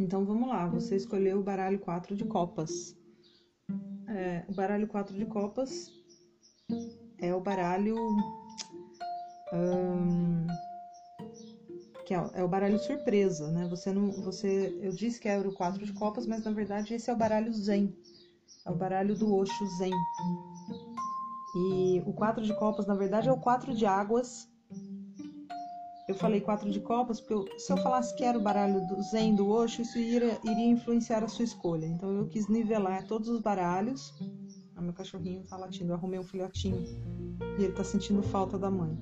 Então vamos lá, você escolheu o baralho 4 de copas. O baralho 4 de copas é o baralho que é o baralho surpresa, né? Eu disse que era o 4 de copas, mas na verdade esse é o baralho Zen. É o baralho do Osho Zen. E o 4 de copas, na verdade, é o 4 de águas. Eu falei 4 de copas porque se eu falasse que era o baralho do Zen do Osho, isso iria influenciar a sua escolha. Então eu quis nivelar todos os baralhos. Meu cachorrinho tá latindo, eu arrumei um filhotinho e ele tá sentindo falta da mãe.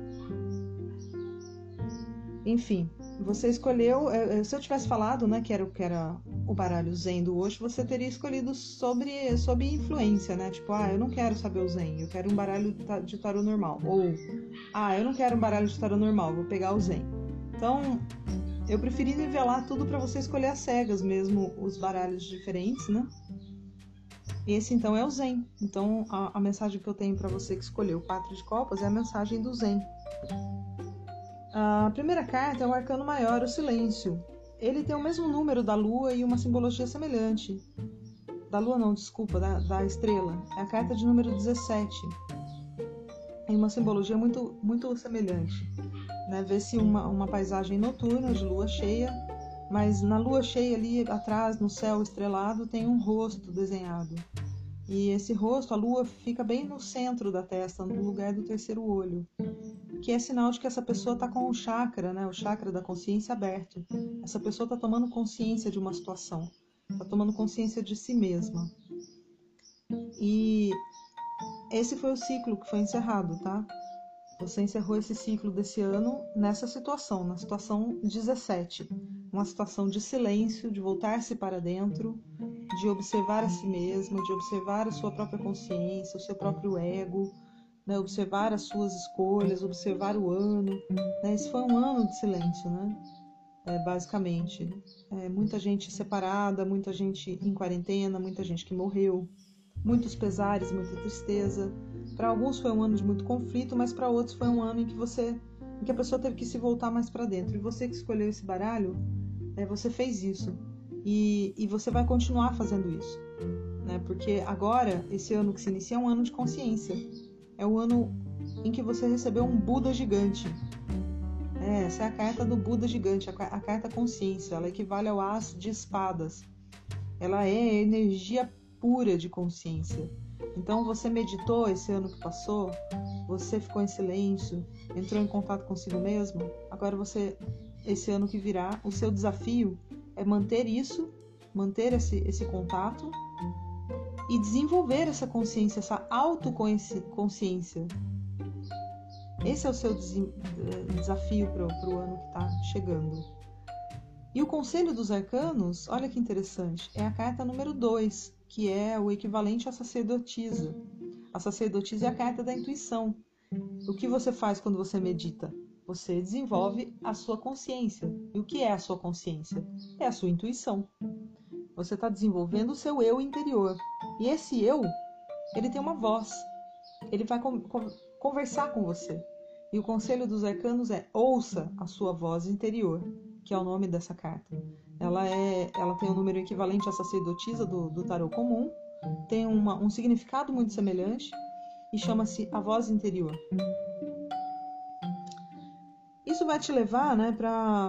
Enfim, você escolheu. Se eu tivesse falado, né, que era o baralho Zen do Osho, você teria escolhido sob influência, né? Tipo, eu não quero saber o Zen, eu quero um baralho de tarô normal. Ou, eu não quero um baralho de tarô normal, vou pegar o Zen. Então, eu preferi nivelar tudo para você escolher às cegas mesmo os baralhos diferentes, né? Esse então é o Zen. Então, a mensagem que eu tenho para você que escolheu o 4 de copas é a mensagem do Zen. A primeira carta é o arcano maior, o silêncio. Ele tem o mesmo número da lua e uma simbologia semelhante. Da lua não, desculpa, da estrela. É a carta de número 17. Tem uma simbologia muito, muito semelhante. Né? Vê-se uma paisagem noturna de lua cheia, mas na lua cheia ali atrás, no céu estrelado, tem um rosto desenhado. E esse rosto, a lua, fica bem no centro da testa, no lugar do terceiro olho, que é sinal de que essa pessoa está com o chakra, né, o chakra da consciência aberto. Essa pessoa está tomando consciência de uma situação, está tomando consciência de si mesma. E esse foi o ciclo que foi encerrado, tá? Você encerrou esse ciclo desse ano nessa situação, na situação 17. Uma situação de silêncio, de voltar-se para dentro, de observar a si mesma, de observar a sua própria consciência, o seu próprio ego, né? Observar as suas escolhas, observar o ano. Né? Esse foi um ano de silêncio, né? Basicamente. Muita gente separada, muita gente em quarentena, muita gente que morreu, muitos pesares, muita tristeza. Para alguns foi um ano de muito conflito, mas para outros foi um ano em que a pessoa teve que se voltar mais para dentro. E você que escolheu esse baralho, você fez isso. E você vai continuar fazendo isso. Né? Porque agora, esse ano que se inicia é um ano de consciência. É o ano em que você recebeu um Buda gigante. Essa é a carta do Buda gigante, a carta consciência. Ela equivale ao As de espadas. Ela é energia pura de consciência. Então você meditou esse ano que passou, você ficou em silêncio, entrou em contato consigo mesmo. Agora esse ano que virá, o seu desafio é manter isso, manter esse contato e desenvolver essa consciência, essa autoconsciência. Esse é o seu desafio para o ano que está chegando. E o Conselho dos Arcanos, olha que interessante, é a carta número 2, que é o equivalente à sacerdotisa. A sacerdotisa é a carta da intuição. O que você faz quando você medita? Você desenvolve a sua consciência. E o que é a sua consciência? É a sua intuição. Você está desenvolvendo o seu eu interior. E esse eu, ele tem uma voz. Ele vai conversar com você. E o Conselho dos Arcanos é ouça a sua voz interior, que é o nome dessa carta. Ela tem um número equivalente à sacerdotisa do tarô comum, tem um significado muito semelhante e chama-se a voz interior. Isso vai te levar, né, para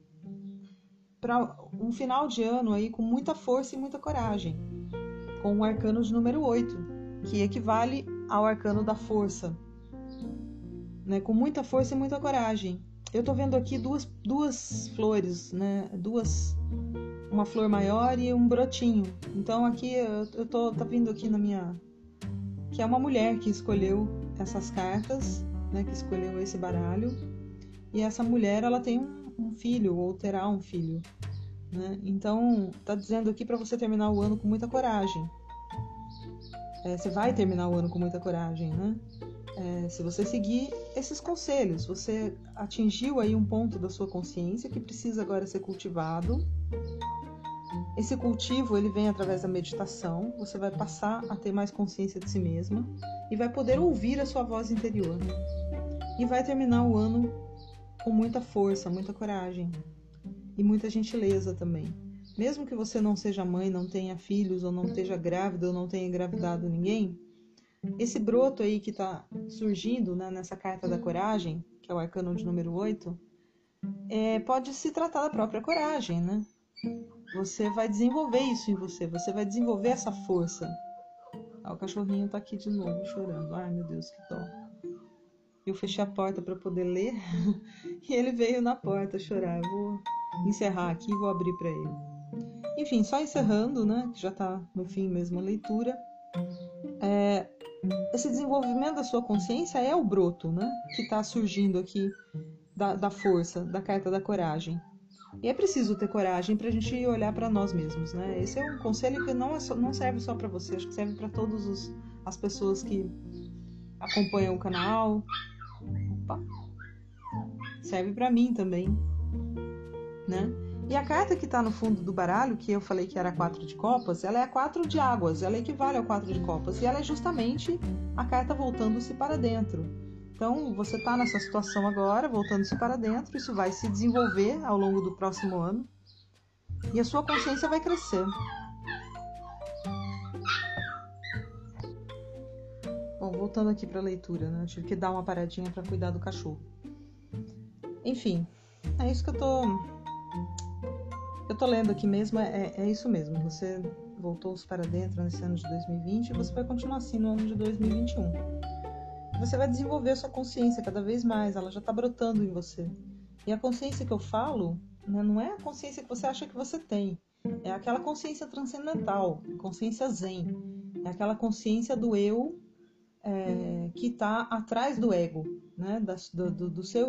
um final de ano aí com muita força e muita coragem, com o arcano de número 8, que equivale ao arcano da força, né, com muita força e muita coragem. Eu tô vendo aqui duas flores, né, uma flor maior e um brotinho. Então aqui tá vindo aqui na minha, que é uma mulher que escolheu essas cartas, né, que escolheu esse baralho. E essa mulher, ela tem um filho, ou terá um filho, né? Então, tá dizendo aqui para você terminar o ano com muita coragem. Você vai terminar o ano com muita coragem, né? Se você seguir esses conselhos, você atingiu aí um ponto da sua consciência que precisa agora ser cultivado. Esse cultivo, ele vem através da meditação. Você vai passar a ter mais consciência de si mesma e vai poder ouvir a sua voz interior. E vai terminar o ano com muita força, muita coragem e muita gentileza também. mesmo que você não seja mãe, não tenha filhos, ou não esteja grávida, ou não tenha engravidado ninguém, esse broto aí que está surgindo, né, nessa carta da coragem, que é o arcano de número 8, pode se tratar da própria coragem, né? Você vai desenvolver isso em você, você vai desenvolver essa força. O cachorrinho tá aqui de novo chorando. Ai, meu Deus, que dó. Eu fechei a porta para poder ler e ele veio na porta chorar. Eu vou encerrar aqui e vou abrir para ele. Enfim, só encerrando, né, que já tá no fim mesmo a leitura. Esse desenvolvimento da sua consciência é o broto, né, que está surgindo aqui da força, da carta da coragem. E é preciso ter coragem para a gente olhar para nós mesmos, né? Esse é um conselho que não serve só para você, acho que serve para todas as pessoas que acompanham o canal. Opa! Serve para mim também, né? E a carta que está no fundo do baralho, que eu falei que era 4 de copas, ela é a 4 de águas, ela equivale ao 4 de copas, e ela é justamente a carta voltando-se para dentro. Então, você está nessa situação agora, voltando-se para dentro, isso vai se desenvolver ao longo do próximo ano, e a sua consciência vai crescer. Bom, voltando aqui para a leitura, né? Eu tive que dar uma paradinha para cuidar do cachorro. Enfim, é isso que eu tô lendo aqui mesmo, é isso mesmo. Você voltou-se para dentro nesse ano de 2020 e você vai continuar assim no ano de 2021. Você vai desenvolver a sua consciência cada vez mais, ela já está brotando em você. E a consciência que eu falo, né, não é a consciência que você acha que você tem, é aquela consciência transcendental, consciência zen, é aquela consciência do eu que está atrás do ego, né, do seu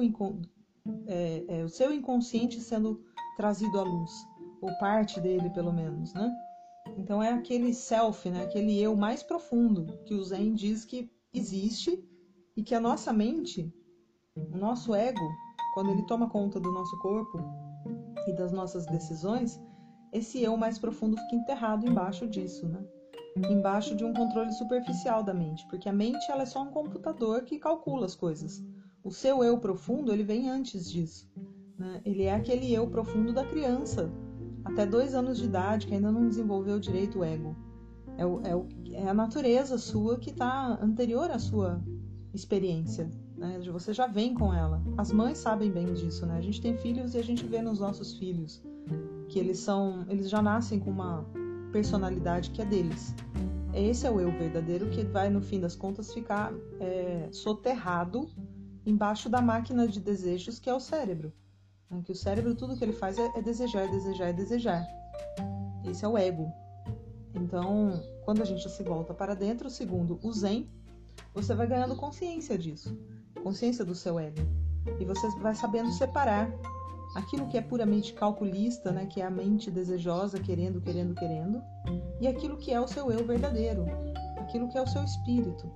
o seu inconsciente sendo trazido à luz, ou parte dele pelo menos, né? Então é aquele self, né, aquele eu mais profundo que o Zen diz que existe e que a nossa mente, o nosso ego, quando ele toma conta do nosso corpo e das nossas decisões, esse eu mais profundo fica enterrado embaixo disso, né? Embaixo de um controle superficial da mente, porque a mente ela é só um computador que calcula as coisas. O seu eu profundo, ele vem antes disso, né? Ele é aquele eu profundo da criança, até 2 anos de idade, que ainda não desenvolveu direito o ego. É a natureza sua que está anterior à sua experiência, né? Você já vem com ela. As mães sabem bem disso, né? A gente tem filhos e a gente vê nos nossos filhos que eles já nascem com uma personalidade que é deles. Esse é o eu verdadeiro que vai, no fim das contas, ficar soterrado embaixo da máquina de desejos que é o cérebro. Que o cérebro, tudo que ele faz é desejar, desejar, desejar. Esse é o ego. Então, quando a gente se volta para dentro, segundo o Zen, você vai ganhando consciência disso, consciência do seu ego. E você vai sabendo separar aquilo que é puramente calculista, né, que é a mente desejosa, querendo, querendo, querendo, e aquilo que é o seu eu verdadeiro, aquilo que é o seu espírito.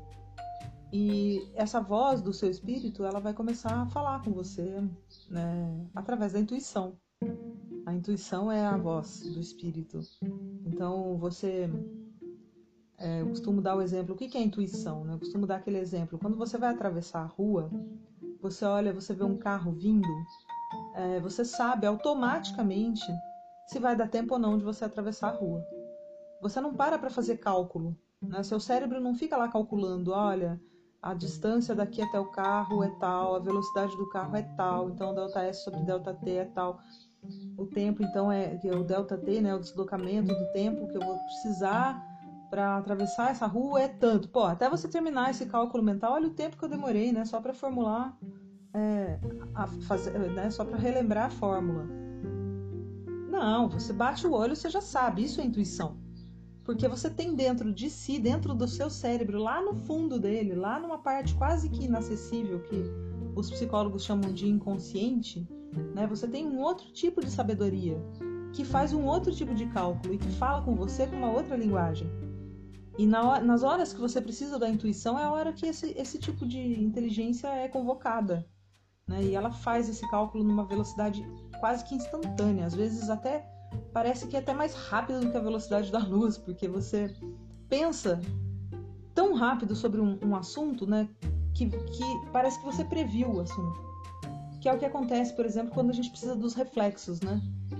E essa voz do seu espírito, ela vai começar a falar com você, né, através da intuição. A intuição é a voz do espírito. Então, eu costumo dar o exemplo, o que é intuição, né? Eu costumo dar aquele exemplo, quando você vai atravessar a rua, você olha, você vê um carro vindo, você sabe automaticamente se vai dar tempo ou não de você atravessar a rua. Você não para fazer cálculo, né? Seu cérebro não fica lá calculando, olha, a distância daqui até o carro é tal, a velocidade do carro é tal, então ΔS sobre ΔT é tal. O tempo, então, é o ΔT, né, o deslocamento do tempo que eu vou precisar para atravessar essa rua é tanto. Pô, até você terminar esse cálculo mental, olha o tempo que eu demorei, né, só para formular, né, só para relembrar a fórmula. Não, você bate o olho, você já sabe, isso é intuição. Porque você tem dentro de si, dentro do seu cérebro, lá no fundo dele, lá numa parte quase que inacessível, que os psicólogos chamam de inconsciente, né? Você tem um outro tipo de sabedoria, que faz um outro tipo de cálculo e que fala com você com uma outra linguagem. E nas horas que você precisa da intuição é a hora que esse tipo de inteligência é convocada, né? E ela faz esse cálculo numa velocidade quase que instantânea, às vezes até parece que é até mais rápido do que a velocidade da luz, porque você pensa tão rápido sobre um assunto, né, que parece que você previu o assunto. Que é o que acontece, por exemplo, quando a gente precisa dos reflexos, né?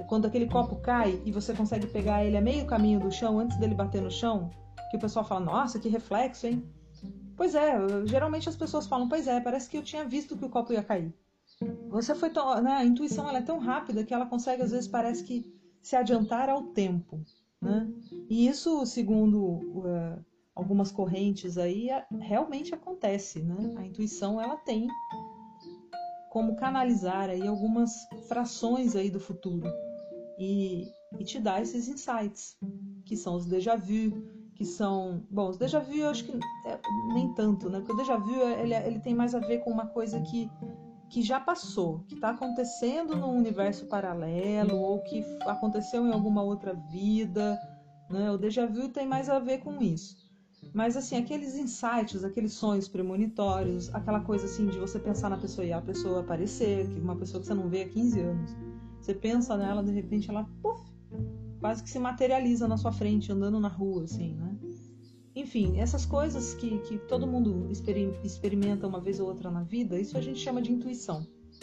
quando aquele copo cai e você consegue pegar ele a meio caminho do chão, antes dele bater no chão, que o pessoal fala, nossa, que reflexo, hein? Pois é, geralmente as pessoas falam, pois é, parece que eu tinha visto que o copo ia cair. Você foi tão, né, a intuição ela é tão rápida que ela consegue, às vezes, parece que se adiantar ao tempo, né? E isso, segundo algumas correntes aí, realmente acontece, né? A intuição, ela tem como canalizar aí algumas frações aí do futuro e te dá esses insights, que são os déjà vu, que são... Bom, os déjà vu eu acho que nem tanto, né? Porque o déjà vu ele tem mais a ver com uma coisa que já passou, que está acontecendo num universo paralelo ou que aconteceu em alguma outra vida, né? O déjà vu tem mais a ver com isso. Mas assim, aqueles insights, aqueles sonhos premonitórios, aquela coisa assim de você pensar na pessoa e a pessoa aparecer, que uma pessoa que você não vê há 15 anos, você pensa nela, de repente ela, puff, quase que se materializa na sua frente, andando na rua, assim, né? Enfim, essas coisas que todo mundo experimenta uma vez ou outra na vida, isso a gente chama de intuição.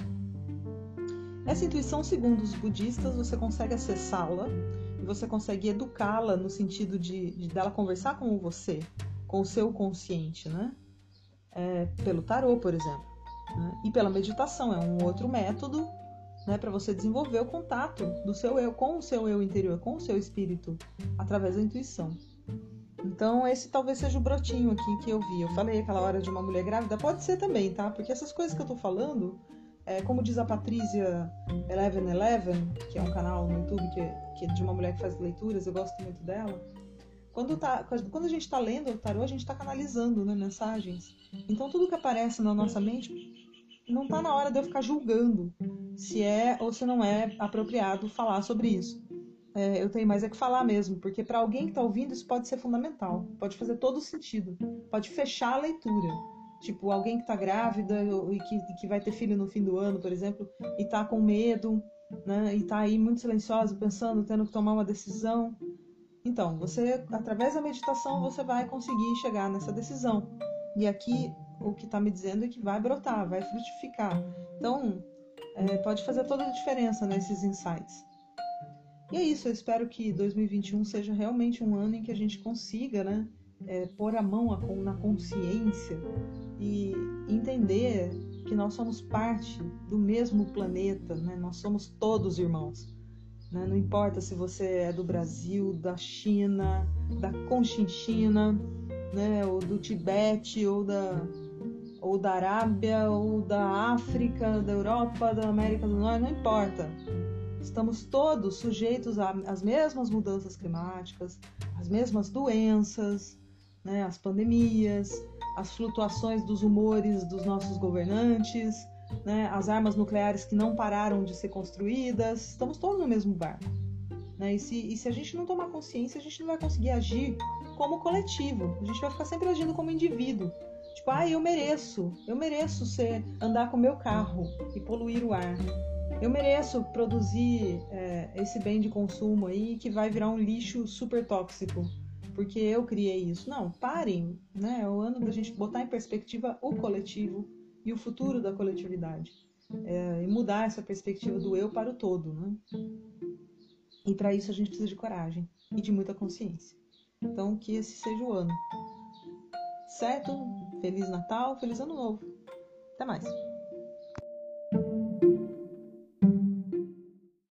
Essa intuição, segundo os budistas, você consegue acessá-la e você consegue educá-la no sentido de dela conversar com você, com o seu consciente, né? Pelo tarô, por exemplo, né? E pela meditação, é um outro método, né, para você desenvolver o contato do seu eu com o seu eu interior, com o seu espírito, através da intuição. Então, esse talvez seja o brotinho aqui que eu vi. Eu falei aquela hora de uma mulher grávida, pode ser também, tá? Porque essas coisas que eu tô falando, como diz a Patrícia 1111, que é um canal no YouTube que é de uma mulher que faz leituras, eu gosto muito dela. Quando a gente tá lendo o tarô, a gente tá canalizando, né, mensagens. Então, tudo que aparece na nossa mente, não tá na hora de eu ficar julgando se é ou se não é apropriado falar sobre isso. Eu tenho mais que falar mesmo, porque para alguém que está ouvindo isso pode ser fundamental, pode fazer todo sentido, pode fechar a leitura. Tipo, alguém que está grávida e que vai ter filho no fim do ano, por exemplo, e está com medo, né, e está aí muito silenciosa, pensando, tendo que tomar uma decisão. Então, você, através da meditação, você vai conseguir chegar nessa decisão. E aqui, o que está me dizendo é que vai brotar, vai frutificar. Então, pode fazer toda a diferença nesses insights. E é isso, eu espero que 2021 seja realmente um ano em que a gente consiga, né, pôr a mão na consciência e entender que nós somos parte do mesmo planeta, né? Nós somos todos irmãos. Né? Não importa se você é do Brasil, da China, da Conchinchina, né, ou do Tibete, ou da Arábia, ou da África, da Europa, da América do Norte, não importa. Estamos todos sujeitos às mesmas mudanças climáticas, às mesmas doenças, né, as pandemias, as flutuações dos humores dos nossos governantes, né, as armas nucleares que não pararam de ser construídas. Estamos todos no mesmo barco. Né? E se a gente não tomar consciência, a gente não vai conseguir agir como coletivo. A gente vai ficar sempre agindo como indivíduo. Tipo, eu mereço andar com o meu carro e poluir o ar. Eu mereço produzir esse bem de consumo aí que vai virar um lixo super tóxico, porque eu criei isso. Não, parem, né? É o ano da gente botar em perspectiva o coletivo e o futuro da coletividade. E mudar essa perspectiva do eu para o todo, né? E para isso a gente precisa de coragem e de muita consciência. Então, que esse seja o ano. Certo? Feliz Natal, feliz Ano Novo. Até mais.